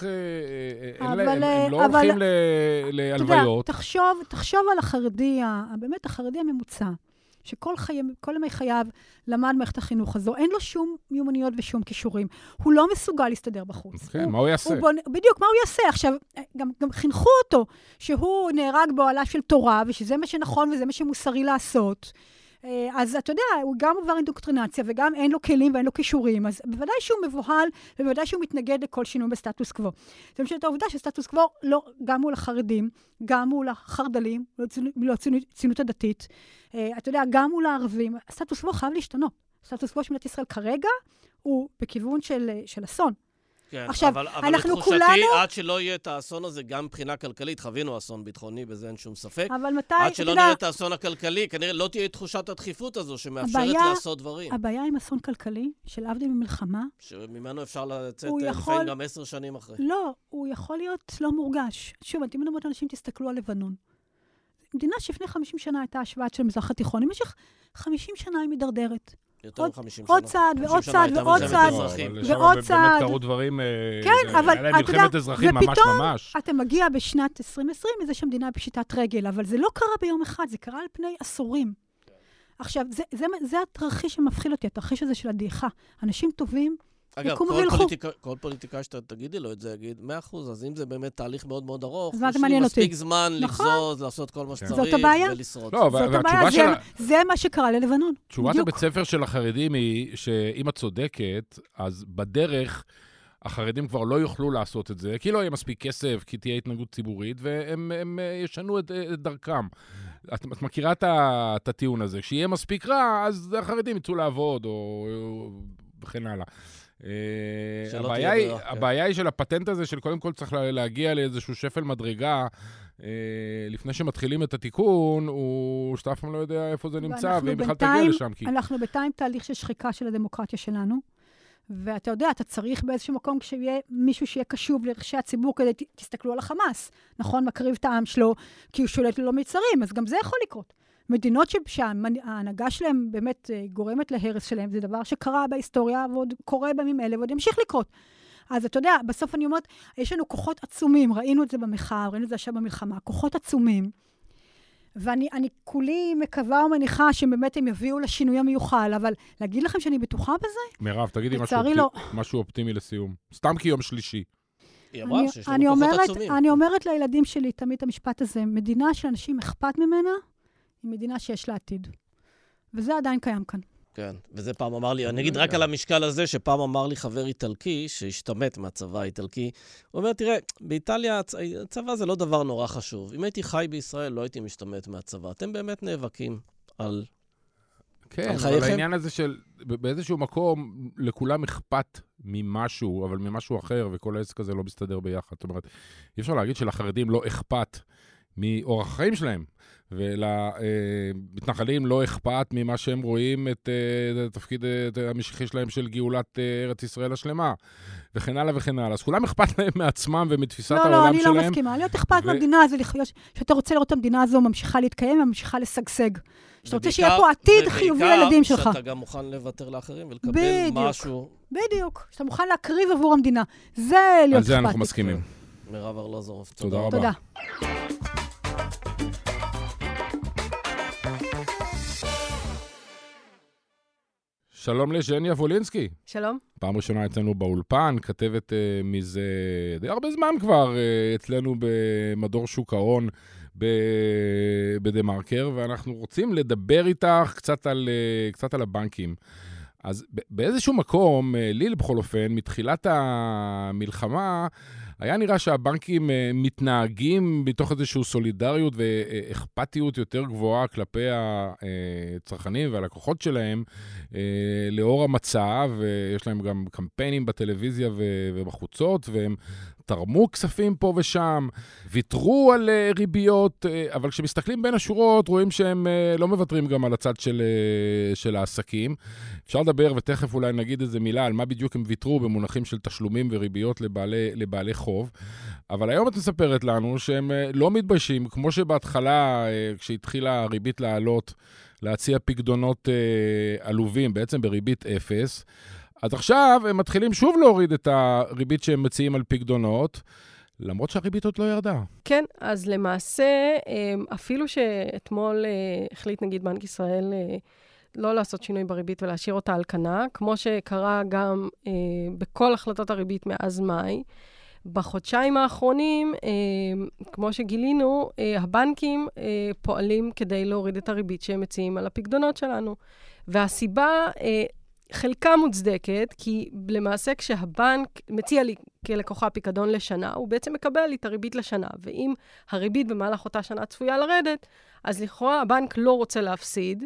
הם לא הולכים להלוויות. תחשוב על החרדי, באמת החרדי הממוצע. שכל ימי חייו למד מערכת החינוך הזו, אין לו שום מיומנויות ושום כישורים. הוא לא מסוגל להסתדר בחוץ. כן, מה הוא יעשה? בדיוק, מה הוא יעשה? עכשיו, גם חינכו אותו, שהוא נהרג באוהלה של תורה, ושזה מה שנכון וזה מה שמוסרי לעשות. אז אתה יודע, הוא גם עבר אינדוקטרינציה, וגם אין לו כלים ואין לו כישורים, אז בוודאי שהוא מבוהל, ובוודאי שהוא מתנגד לכל שינוי בסטטוס קוו. זה משנה את העובדה שסטטוס קוו, לא, גם מול החרדים, גם מול החרדלים, לא ציונות הדתית, אתה יודע, גם מול הערבים, הסטטוס קוו חייב להשתנות. סטטוס קוו של מדינת ישראל כרגע, הוא בכיוון של אסון. כן, עכשיו, אבל לתחושתי, עד שלא יהיה את האסון הזה, גם מבחינה כלכלית, חווינו אסון ביטחוני, בזה אין שום ספק. אבל מתי, עד שלא נראה את האסון הכלכלי, כנראה לא תהיה תחושת הדחיפות הזו, שמאפשרת לעשות דברים. הבעיה עם אסון כלכלי, של עבדים במלחמה, שממנו אפשר לצאת לפעמים גם 10 שנים אחרי. לא, הוא יכול להיות לא מורגש. שוב, אני תמיד אומרת לאנשים, תסתכלו על לבנון. מדינה שלפני 50 שנה הייתה השוואת של המזרח התיכון, במשך 50 שנה היא מדרדרת. יותר מ-50 שנה. עוד צעד ועוד צעד ועוד צעד ועוד צעד. באמת קרו דברים, כן, אבל היה להם מלחמת אזרחים ממש ממש. אתה מגיע בשנת 2020, מזה שהמדינה בפשיטת רגל, אבל זה לא קרה ביום אחד, זה קרה על פני עשורים. עכשיו, זה התרחיש שמפחיד אותי, התרחיש הזה של הדעיכה. אנשים טובים, אגב, כל פוליטיקאי שאתה תגידי לו את זה, יגיד 100%, אז אם זה באמת תהליך מאוד מאוד ארוך, יש לי מספיק זמן לגזוז, לעשות כל מה שצריך ולשרוד. זאת הבעיה, זה מה שקרה ללבנון. תשובת הבית ספר של החרדים היא שאם את צודקת, אז בדרך החרדים כבר לא יוכלו לעשות את זה, כי לא יהיה מספיק כסף, כי תהיה התנהגות ציבורית, והם ישנו את דרכם. את מכירה את הטיעון הזה, כשיהיה מספיק רע, אז החרדים יצאו לעבוד, או וכן הלאה. הבעיה היא של הפטנט הזה, של קודם כל צריך להגיע לאיזשהו שפל מדרגה, לפני שמתחילים את התיקון, הוא שאתה אף פעם לא יודע איפה זה נמצא, ואם בכלל תגיע לשם. אנחנו בינתיים תהליך של שחיקה של הדמוקרטיה שלנו, ואתה יודע, אתה צריך באיזשהו מקום כשיהיה מישהו שיהיה קשוב לרחשי הציבור, כדי תסתכלו על החמאס, נכון? מקריב את העם שלו, כי הוא שולט ללא מצרים, אז גם זה יכול לקרות. מדינות שההנהגה שלהם באמת גורמת להרס שלהם, זה דבר שקרה בהיסטוריה, ועוד קורה בימים אלה, ועוד ימשיך לקרות. אז אתה יודע, בסוף אני אומרת, יש לנו כוחות עצומים, ראינו את זה במחאה, ראינו את זה עכשיו במלחמה, כוחות עצומים, ואני כולי מקווה ומניחה שבאמת הם יביאו לשינוי המיוחל, אבל להגיד לכם שאני בטוחה בזה? מירב, תגידי משהו אופטימי לסיום. סתם כי יום שלישי. היא אמרה שיש לנו כוחות עצומים. אני אומרת לילדים שלי תמיד את המשפט הזה, מדינה שאנשים אכפת ממנה, היא מדינה שיש לה עתיד. וזה עדיין קיים כאן. כן, וזה פעם אמר לי, אני אגיד רק על המשקל הזה, שפעם אמר לי חבר איטלקי, שהשתמט מהצבא האיטלקי, הוא אומר, תראה, באיטליה הצבא זה לא דבר נורא חשוב. אם הייתי חי בישראל, לא הייתי משתמט מהצבא. אתם באמת נאבקים על כן, אבל העניין הזה של באיזשהו מקום, לכולם אכפת ממשהו, אבל ממשהו אחר, וכל העסק הזה לא מסתדר ביחד. זאת אומרת, אי אפשר להגיד שלחרדים לא אכפת מאורח החיים שלהם, ולמתנחלים לא אכפת ממה שהם רואים את התפקיד המשיחי שלהם של גאולת ארץ ישראל השלמה, וכן הלאה וכן הלאה. אז כולם אכפת להם מעצמם ומתפיסת העולם שלהם. לא, אני לא מסכימה. להיות אכפת מהמדינה הזו, שאתה רוצה לראות את המדינה הזו ממשיכה להתקיים וממשיכה לשגשג. שאתה רוצה שיהיה פה עתיד חיובי לילדים שלך. ובעיקר שאתה גם מוכן לוותר לאחרים ולקבל משהו. בדיוק. שאתה מוכן להקריב עבור המדינה. זה להיות אכפת. על זה אנחנו מסכימים. מירב ארלוזורוב, תודה רבה. תודה. שלום לז'ניה וולינסקי. שלום. פעם ראשונה אצלנו באולפן, כתבת מזה די הרבה זמן כבר אצלנו במדור שוק ההון בדה-מרקר, ואנחנו רוצים לדבר איתך קצת על הבנקים. אז באיזשהו מקום, לי בכל אופן, מתחילת המלחמה, היה נראה שהבנקים מתנהגים בתוך איזושהי סולידריות ואכפתיות יותר גבוהה כלפי הצרכנים והלקוחות שלהם, לאור המצב, יש להם גם קמפיינים בטלוויזיה ובחוצות, והם תרמו כספים פה ושם, ויתרו על ריביות, אבל כשמסתכלים בין השורות, רואים שהם לא מוותרים גם על הצד של העסקים. אפשר לדבר, ותכף אולי נגיד איזה מילה, על מה בדיוק הם ויתרו במונחים של תשלומים וריביות לבעלי חוב. אבל היום את מספרת לנו שהם לא מתביישים, כמו שבהתחלה, כשהתחילה הריבית לעלות, להציע פקדונות עלובים, בעצם בריבית 0, אז עכשיו הם מתחילים שוב להוריד את הריבית שהם מציעים על פקדונות, למרות שהריבית עוד לא ירדה. כן, אז למעשה, אפילו שאתמול החליט נגיד בנק ישראל לא לעשות שינוי בריבית ולהשאיר אותה על כנה, כמו שקרה גם בכל החלטות הריבית מאז מאי, בחודשיים האחרונים, כמו שגילינו, הבנקים פועלים כדי להוריד את הריבית שהם מציעים על הפקדונות שלנו. והסיבה חלקה מוצדקת, כי למעשה כשהבנק מציע לי כלקוחה פיקדון לשנה, הוא בעצם מקבל לי את הריבית לשנה. ואם הריבית במהלך אותה שנה צפויה לרדת, אז לכאורה הבנק לא רוצה להפסיד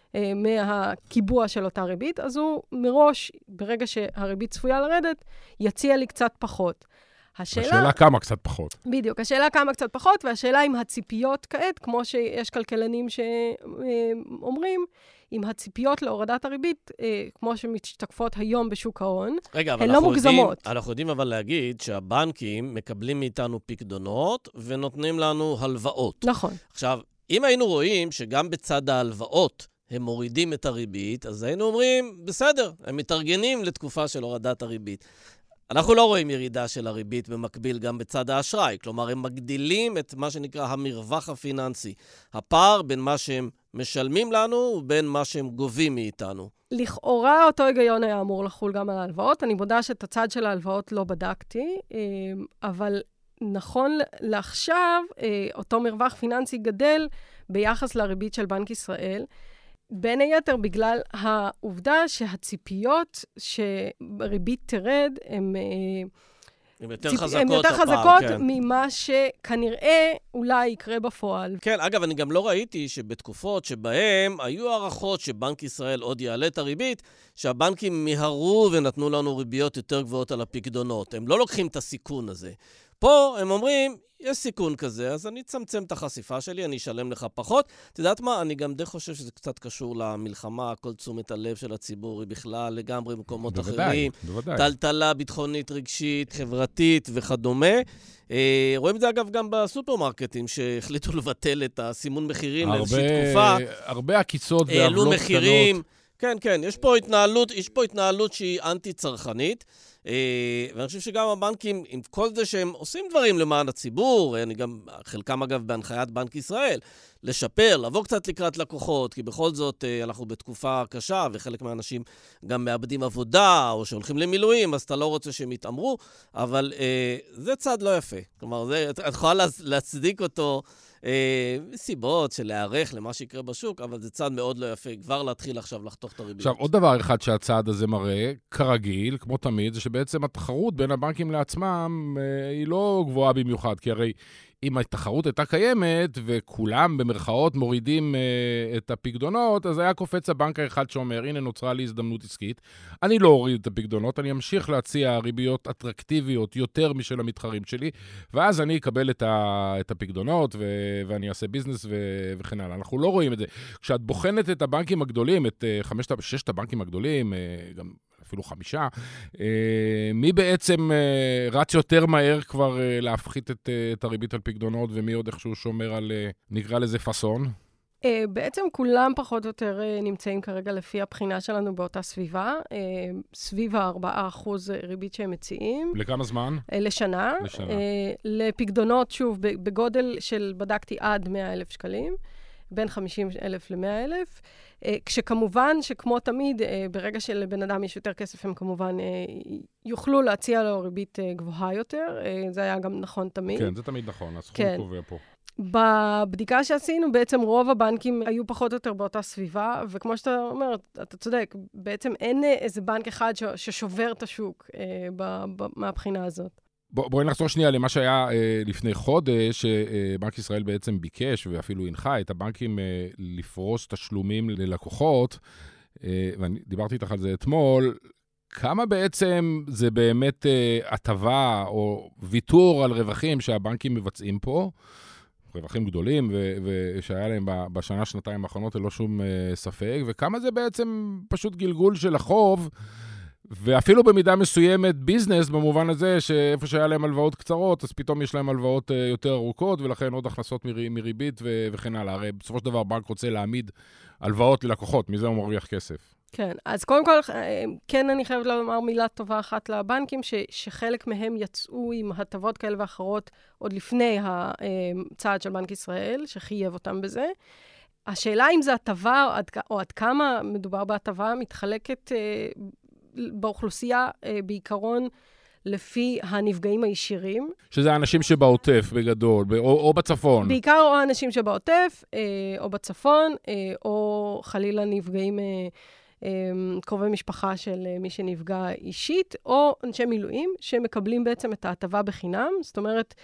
מהקיבוע של אותה ריבית, אז הוא מראש, ברגע שהריבית צפויה לרדת, יציע לי קצת פחות. השאלה כמה קצת פחות. בדיוק, השאלה כמה קצת פחות, והשאלה אם הציפיות כעת, כמו שיש כלכלנים שאומרים, אם הציפיות להורדת הריבית, כמו שמשתקפות היום בשוק ההון, הן לא מוגזמות. אנחנו יודעים אבל להגיד שהבנקים מקבלים מאיתנו פקדונות, ונותנים לנו הלוואות. נכון. עכשיו, אם היינו רואים שגם בצד ההלוואות, הם מורידים את הריבית, אז היינו אומרים, בסדר, הם מתארגנים לתקופה של הורדת הריבית. אנחנו לא רואים ירידה של הריבית במקביל גם בצד האשראי. כלומר, הם מגדילים את מה שנקרא המרווח הפיננסי. הפער בין מה שהם משלמים לנו ובין מה שהם גובים מאיתנו. לכאורה אותו היגיון היה אמור לחול גם על ההלוואות. אני מודה שאת הצד של ההלוואות לא בדקתי, אבל נכון לעכשיו, אותו מרווח פיננסי גדל ביחס לריבית של בנק ישראל, בין היתר בגלל העובדה שהציפיות שריבית תרד הן יותר חזקות ממה שכנראה אולי יקרה בפועל. כן, אגב, אני גם לא ראיתי שבתקופות שבהם היו הערכות שבנק ישראל עוד יעלה את הריבית, שהבנקים מיהרו ונתנו לנו ריביות יותר גבוהות על הפקדונות. הם לא לוקחים את הסיכון הזה. פה הם אומרים, יש סיכון כזה, אז אני אצמצם את החשיפה שלי, אני אשלם לך פחות. את יודעת מה? אני גם די חושב שזה קצת קשור למלחמה, כל תשומת הלב של הציבור היא בכלל לגמרי במקומות אחרים. בוודאי. טלטלה ביטחונית, רגשית, חברתית וכדומה. רואים את זה אגב גם בסופרמרקטים, שהחליטו לבטל את הסימון מחירים לאיזושהי תקופה. הרבה עקיצות ועוולות קטנות. העלו מחירים. כן, כן, יש פה התנהלות שהיא אנטי-צרכנית, ואני חושב שגם הבנקים, עם כל זה שהם עושים דברים למען הציבור, חלקם אגב בהנחיית בנק ישראל, לשפר, לבוא קצת לקראת לקוחות, כי בכל זאת אנחנו בתקופה קשה, וחלק מהאנשים גם מאבדים עבודה, או שהולכים למילואים, אז אתה לא רוצה שהם יתאמרו, אבל זה צעד לא יפה. כלומר, את יכולה להצדיק אותו סיבות של להיערך למה שיקרה בשוק, אבל זה צעד מאוד לא יפה, כבר להתחיל עכשיו לחתוך את הריביות. עכשיו, עוד דבר אחד שהצעד הזה מראה, כרגיל, כמו תמיד, זה שבעצם התחרות בין הבנקים לעצמם היא לא גבוהה במיוחד, כי הרי אם התחרות הייתה קיימת, וכולם במרכאות מורידים את הפקדונות, אז היה קופץ הבנק האחד שאומר, הנה נוצרה לי הזדמנות עסקית, אני לא אוריד את הפקדונות, אני אמשיך להציע ריביות אטרקטיביות יותר משל המתחרים שלי, ואז אני אקבל את הפקדונות, ואני אעשה ביזנס וכן הלאה. אנחנו לא רואים את זה. כשאת בוחנת את הבנקים הגדולים, את 6 הבנקים הגדולים, גם אפילו 5, מי בעצם רץ יותר מהר כבר להפחית את הריבית על פקדונות, ומי עוד איכשהו שומר על, נקרא לזה פסון? בעצם כולם פחות או יותר נמצאים כרגע לפי הבחינה שלנו באותה סביבה, סביב ה4% ריבית שהם מציעים. לכמה זמן? לשנה. לפקדונות, שוב, בגודל של בדקתי עד 100,000 שקלים, בין 50,000 ל-100,000, כשכמובן שכמו תמיד, ברגע שלבן אדם יש יותר כסף, הם כמובן יוכלו להציע לו ריבית גבוהה יותר. זה היה גם נכון תמיד. כן, זה תמיד נכון, הסכום כן. קובע פה. בבדיקה שעשינו, בעצם רוב הבנקים היו פחות או יותר באותה סביבה, וכמו שאתה אומר, אתה צודק, בעצם אין איזה בנק אחד ששובר את השוק מהבחינה הזאת. בואי נחזור שנייה למה שהיה לפני חודש, שבנק ישראל בעצם ביקש, ואפילו הנחה את הבנקים לפרוס תשלומים ללקוחות, ואני דיברתי איתך על זה אתמול, כמה בעצם זה באמת הטבה או ויתור על רווחים שהבנקים מבצעים פה, רווחים גדולים, ושהיה להם בשנה, שנתיים האחרונות ללא שום ספק, וכמה זה בעצם פשוט גלגול של החוב, ואפילו במידה מסוימת ביזנס, במובן הזה שאיפה שהיה להם הלוואות קצרות, אז פתאום יש להם הלוואות יותר ארוכות, ולכן עוד הכנסות מריבית וכן הלאה. הרי בסופו של דבר בנק רוצה להעמיד הלוואות ללקוחות, מזה הוא מרוויח כסף. כן, אז קודם כל, כן אני חייבת לומר מילה טובה אחת לבנקים, שחלק מהם יצאו עם הטבות כאלה ואחרות, עוד לפני הצעד של בנק ישראל, שחייב אותם בזה. השאלה אם זה הטבה, או עד כמה מדובר בהטבה, מתחלקת באוכלוסייה בעיקרון לפי הנפגעים הישירים. שזה האנשים שבעוטף בגדול, או בצפון. בעיקר או האנשים שבעוטף, או בצפון, או חלילה נפגעים קרובי משפחה של מי שנפגע אישית, או אנשי מילואים שמקבלים בעצם את ההטבה בחינם. זאת אומרת,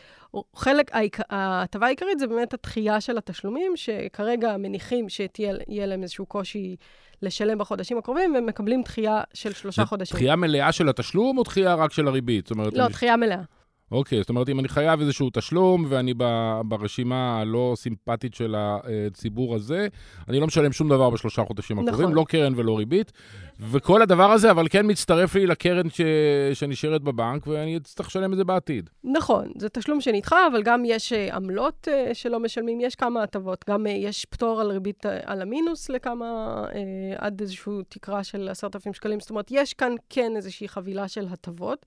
ההטבה העיקרית זה באמת התחייה של התשלומים, שכרגע מניחים שתהיה להם איזשהו קושי לשלם בחודשים הקרובים, והם מקבלים דחייה של 3 חודשים. דחייה מלאה של התשלום או דחייה רק של הריבית? לא, דחייה מלאה. אוקיי, זאת אומרת, אם אני חייב איזשהו תשלום, ואני ברשימה הלא סימפטית של הציבור הזה, אני לא משלם שום דבר ב3 חודשים הקרובים, נכון. לא קרן ולא ריבית, וכל הדבר הזה, אבל כן מצטרף לי לקרן שנשארת בבנק, ואני צריך לשלם את זה בעתיד. נכון, זה תשלום שנדחה, אבל גם יש עמלות שלא משלמים, יש כמה הטבות, גם יש פטור על ריבית על המינוס לכמה, עד איזשהו תקרה של 10,000 שקלים, זאת אומרת, יש כאן כן איזושהי חבילה של הטבות,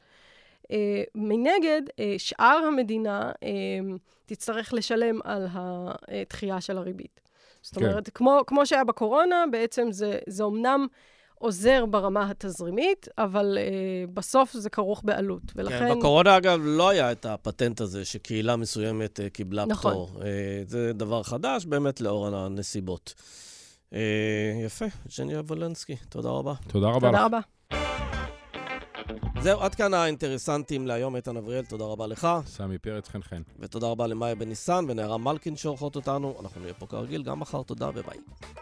מנגד, שאר המדינה תצטרך לשלם על התחייה של הריבית. זאת אומרת, כמו שהיה בקורונה, בעצם זה אומנם עוזר ברמה התזרימית, אבל בסוף זה כרוך בעלות. כן, בקורונה אגב לא היה את הפטנט הזה שקהילה מסוימת קיבלה פטור. זה דבר חדש באמת לאור הנסיבות. יפה, ג'ניה וולנסקי, תודה רבה. תודה רבה. תודה רבה. זהו, עד כאן האינטרסנטים להיום. איתן אבריאל, תודה רבה לך. סמי פרץ, חן חן. ותודה רבה למאיה בניסן ונערה מלכין שעורכות אותנו. אנחנו נהיה פה כרגיל גם מחר, תודה וביי.